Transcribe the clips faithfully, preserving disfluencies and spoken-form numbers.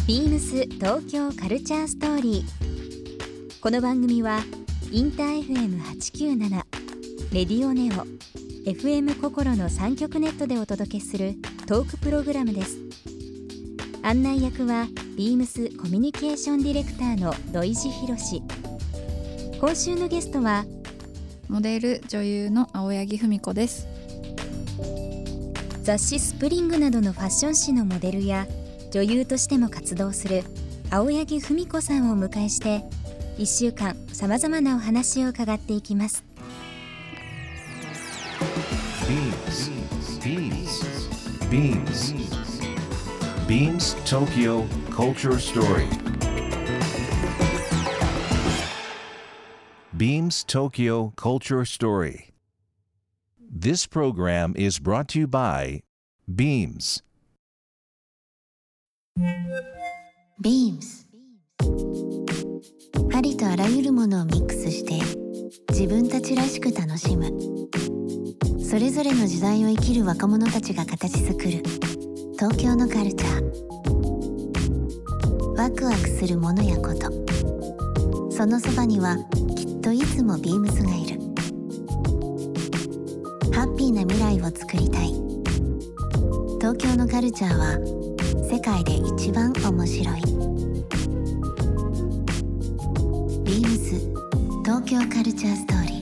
ビームス東京カルチャーストーリー。この番組はインター エフエムはちきゅうなな、レディオネオ、エフエム 心のさん局ネットでお届けするトークプログラムです。案内役はビームスコミュニケーションディレクターの土井博志。今週のゲストはモデル女優の青柳文子です。 雑誌スプリングなどのファッション誌のモデルや女優としても活動する青柳文子さんをお迎えして、いっしゅうかんさまざまなお話を伺っていきます。 ビームス ビームス ビームス Tokyo Culture Story。 Beams Tokyo Culture Story. This program is brought to you by Beams。 ビームス ありとあらゆるものをミックスして自分たちらしく楽しむ、それぞれの時代を生きる若者たちが形作る東京のカルチャー。ワクワクするものやこと、そのそばにはきっといつもビームスがいる。ハッピーな未来を作りたい。東京のカルチャーは世界で一番面白い。ビームス東京カルチャーストーリー。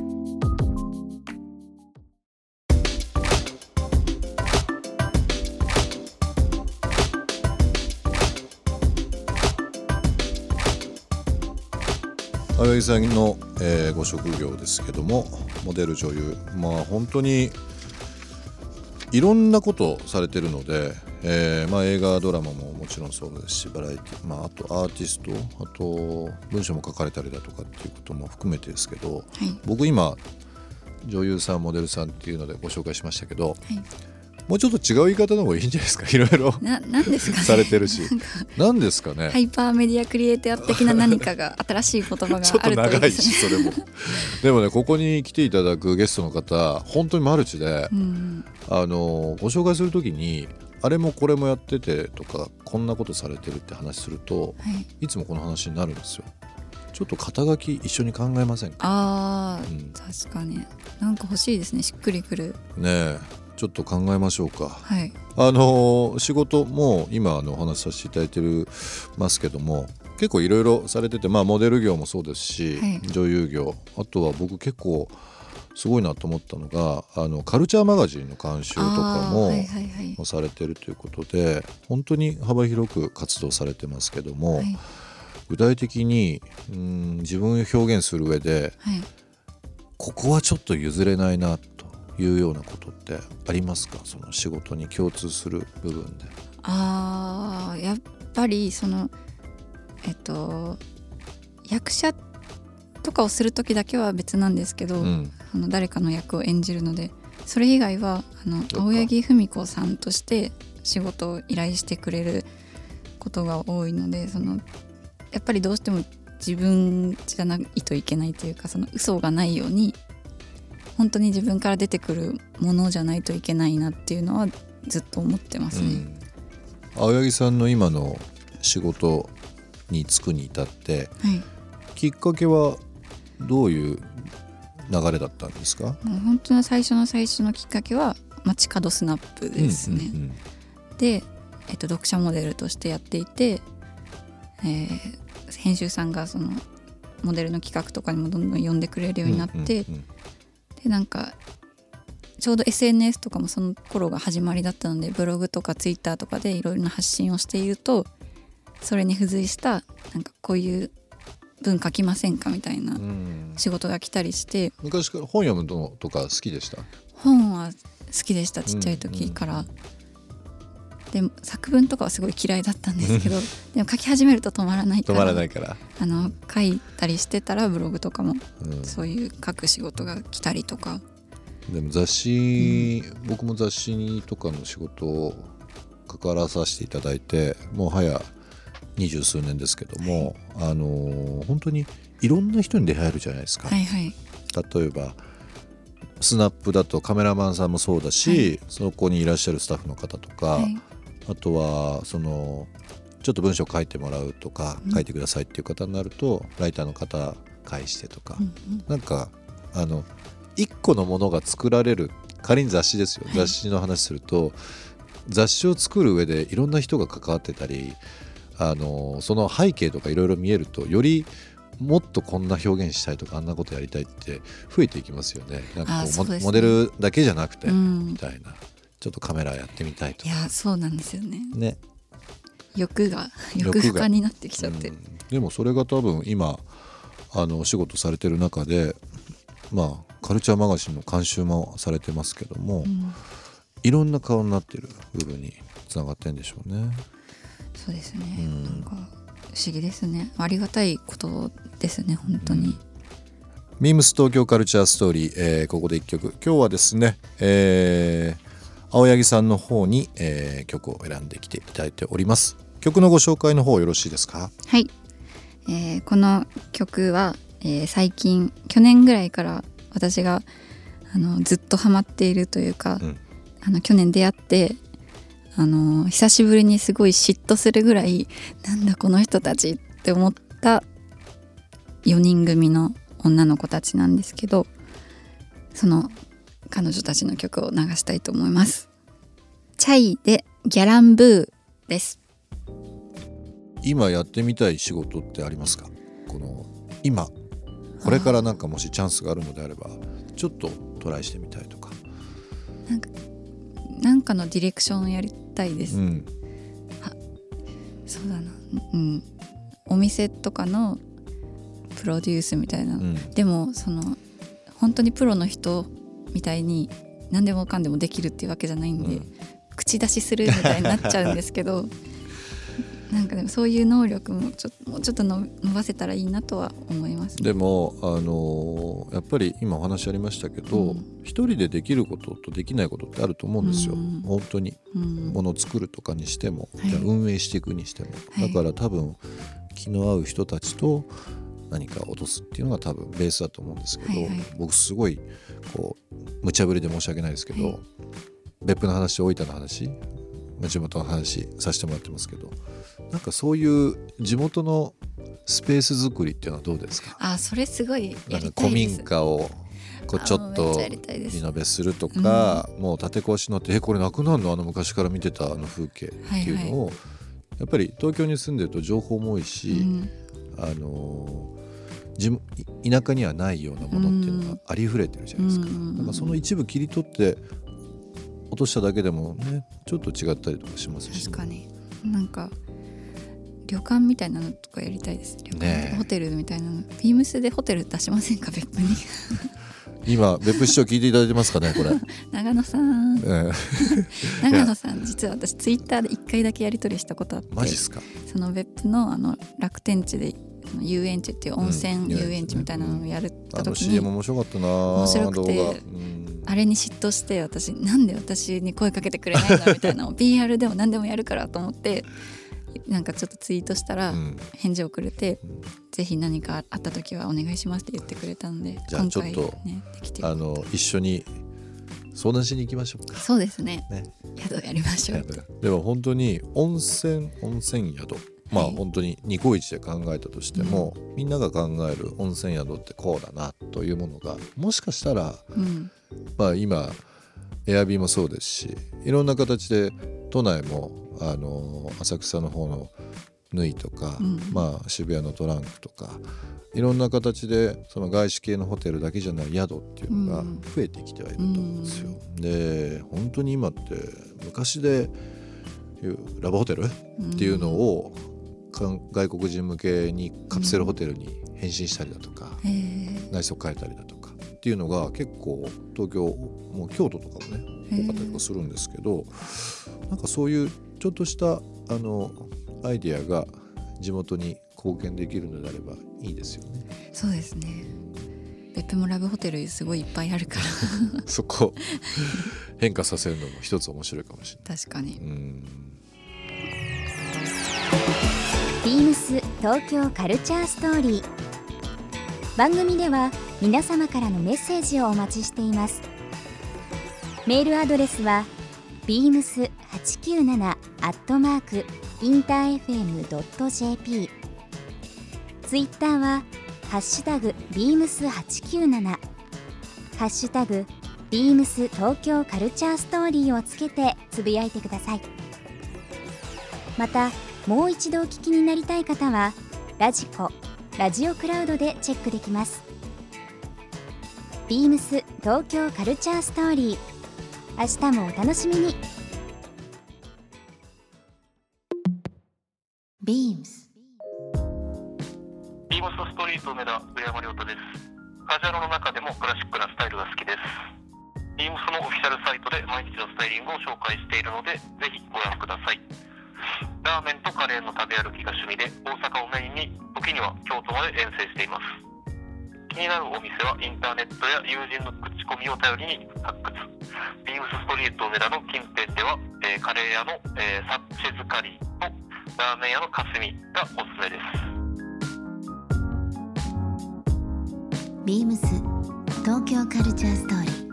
青柳さんの、えー、ご職業ですけども、モデル女優、まあ本当にいろんなことされてるので、えーまあ、映画ドラマももちろんそうですし、バラエティ、まあ、あとアーティスト、あと文章も書かれたりだとかっていうことも含めてですけど、はい、僕今女優さんモデルさんっていうのでご紹介しましたけど、はい、もうちょっと違う言い方の方がいいんじゃないですか。いろいろななんですか、ね、 されてるしなんですかね、 ハイパーメディアクリエイター的な何かが新しい言葉があるといいですね。 ちょっと長いしそれもでもね、ここに来ていただくゲストの方本当にマルチで、うん、あのご紹介するときにあれもこれもやっててとか、こんなことされてるって話すると、はい、いつもこの話になるんですよ。ちょっと肩書き一緒に考えませんか。 あー、うん、確かになんか欲しいですね、しっくりくるねえ、ちょっと考えましょうか。 はい、 あの仕事も今あのお話しさせていただいてるますけども、結構いろいろされてて、まあ、モデル業もそうですし、はい、女優業、あとは僕結構すごいなと思ったのが、あのカルチャーマガジンの監修とかも、はいはいはい、されてるということで、本当に幅広く活動されてますけども、はい、具体的にうん自分を表現する上で、はい、ここはちょっと譲れないなというようなことってありますか。その仕事に共通する部分で。 あー、やっぱりそのえっと役者とかをするときだけは別なんですけど、うん、あの誰かの役を演じるので、それ以外はあの青柳文子さんとして仕事を依頼してくれることが多いので、そのやっぱりどうしても自分じゃないといけないというか、その嘘がないように本当に自分から出てくるものじゃないといけないなっていうのはずっと思ってますね。 うん、青柳さんの今の仕事に就くに至って、はい、きっかけはどういう流れだったんですか。 もう本当の最初の最初のきっかけは街角スナップですね。うんうんうん、で、えっと、読者モデルとしてやっていて、えー、編集さんがそのモデルの企画とかにもどんどん呼んでくれるようになって、うんうんうん、でなんかちょうど エスエヌエス とかもその頃が始まりだったので、ブログとかツイッターとかでいろいろな発信をしていると、それに付随したなんかこういう文書きませんかみたいな仕事が来たりして、 うん、昔から本読むのとか好きでした。 本は好きでした、ちっちゃい時から、うんうん、で作文とかはすごい嫌いだったんですけどでも書き始めると止まらないから止まらないからあの書いたりしてたら、ブログとかも、うん、そういう書く仕事が来たりとか。 でも雑誌、うん、僕も雑誌とかの仕事を関わらさせていただいてもう早二十数年ですけども、はい、あのー、本当にいろんな人に出会えるじゃないですか。 はいはい、 例えばスナップだとカメラマンさんもそうだし、はい、そこにいらっしゃるスタッフの方とか、はい、あとはそのちょっと文章書いてもらうとか、うん、書いてくださいっていう方になるとライターの方介してとか、うんうん、なんかあの一個のものが作られる、仮に雑誌ですよ、雑誌の話すると、はい、雑誌を作る上でいろんな人が関わってたり、あのその背景とかいろいろ見えると、よりもっとこんな表現したいとかあんなことやりたいって増えていきますよね。なんかこう、ね、モデルだけじゃなくて、うん、みたいな、ちょっとカメラやってみたいとか。 いやそうなんですよね。 ね、 欲が欲深になってきちゃって、うん、 でもそれが多分今あのお仕事されてる中で、まあカルチャーマガジンの監修もされてますけども、うん、いろんな顔になってる部分につながってるんでしょうね。 そうですね、うん、なんか不思議ですね。ありがたいことですね本当に、うん、 ビームス東京カルチャーストーリー、えー、ここでいっきょく、今日はですね、えー、青柳さんの方に、えー、曲を選んできていただいております。曲のご紹介の方よろしいですか？ はい、えー、この曲は、えー、最近去年ぐらいから私があのずっとハマっているというか、うん、あの去年出会ってあの久しぶりにすごい嫉妬するぐらいなんだこの人たちって思ったよにん組の女の子たちなんですけど、その彼女たちの曲を流したいと思います。チャイでギャランブーです。 今やってみたい仕事ってありますか？この今これからなんかもしチャンスがあるのであればちょっとトライしてみたいとか、 なんかなんかのディレクションをやりたいです、うん、あそうだな、うん、お店とかのプロデュースみたいな、うん、でもその本当にプロの人みたいに何でもかんでもできるっていうわけじゃないんで、うん、口出しするみたいになっちゃうんですけどなんかでもそういう能力もちょっともうちょっと伸ばせたらいいなとは思います、ね、 でも、あのー、やっぱり今お話ありましたけど、うん、一人でできることとできないことってあると思うんですよ、うん、本当に、うん、ものを作るとかにしても、はい、じゃあ運営していくにしても、はい、だから多分気の合う人たちと何か落とすっていうのが多分ベースだと思うんですけど、はいはい、僕すごいこう無茶ぶりで申し訳ないですけど、はい、別府の話、大分の話、地元の話させてもらってますけど、なんかそういう地元のスペース作りっていうのはどうですか？ あ、それすごいやりたいです。 なんか古民家をこうちょっとリノベするとか、うん、もう建て壊しになってえこれなくなるの、あの昔から見てたあの風景っていうのを、はいはい、やっぱり東京に住んでると情報も多いし、うん、あの地田舎にはないようなものっていうのがありふれてるじゃないですか、うん、なんかその一部切り取って落としただけでもねちょっと違ったりとかしますし、ね、 確かになんか旅館みたいなのとかやりたいです。旅館、ね、ホテルみたいなのビームスでホテル出しませんか別府に今別府市長聞いていただいてますかねこれ長野さん、ええ、長野さん実は私ツイッターでいっかいだけやり取りしたことあって、 マジっすか？ その別府 の, あの楽天地で遊園地っていう温泉遊園地みたいなのをやるった時に、うん、あの シーエム 面白かったな、 面白くて、うん、あれに嫉妬して私なんで私に声かけてくれないのみたいなのを ピーアール でも何でもやるからと思ってなんかちょっとツイートしたら返事をくれて、うん、ぜひ何かあった時はお願いしますって言ってくれたので、 じゃあちょっと、ね、できてあの一緒に相談しに行きましょうか。 そうです ね, ね宿やりましょう。 でも本当に温泉温泉宿、まあ本当にニコイチで考えたとしても、うん、みんなが考える温泉宿ってこうだなというものがもしかしたら、うん、まあ今エアビーもそうですしいろんな形で都内もあの浅草の方の縫いとか、うんまあ、渋谷のトランクとかいろんな形でその外資系のホテルだけじっていう宿っていうのが増えてきてはいると思うんですよ、うん、で本当に今って昔でいうラブホテルっていうのを、うん、外国人向けにカプセルホテルに変身したりだとか、うん、内装変えたりだとかっていうのが結構東京もう京都とかもね多かったりとかするんですけど、なんかそういうちょっとしたあのアイディアが地元に貢献できるのであればいいですよね。 そうですね。別府もラブホテルすごいいっぱいあるからそこ変化させるのも一つ面白いかもしれない。 確かに。うん、 ビームス東京カルチャーストーリー、番組では皆様からのメッセージをお待ちしています。メールアドレスはビームスはちきゅうななアットマークインターエフエムドットジェーピー、 ツイッターはハッシュタグビームスはちきゅうなな、ハッシュタグビームス東京カルチャーストーリーをつけてつぶやいてください。またもう一度お聞きになりたい方はラジコ、ラジオクラウドでチェックできます。ビームス東京カルチャーストーリー、明日もお楽しみに。 ビームスビームスストリート梅田上山亮太です。カジュアルの中でもクラシックなスタイルが好きです。ビームスのオフィシャルサイトで毎日のスタイリングを紹介しているので、ぜひご覧ください。ラーメンとカレーの食べ歩きが趣味で、大阪をメインに時には京都まで遠征しています。気になるお店はインターネットや友人の口コミを頼りに発掘。ビームスストリート梅田の近辺では、えー、カレー屋の、えー、サッチェズカリーとラーメン屋のかすみがおすすめです。 ビームス東京カルチャーストーリー。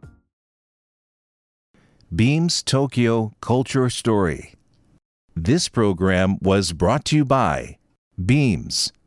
Beams Tokyo Culture Story. This program was brought to you by Beams.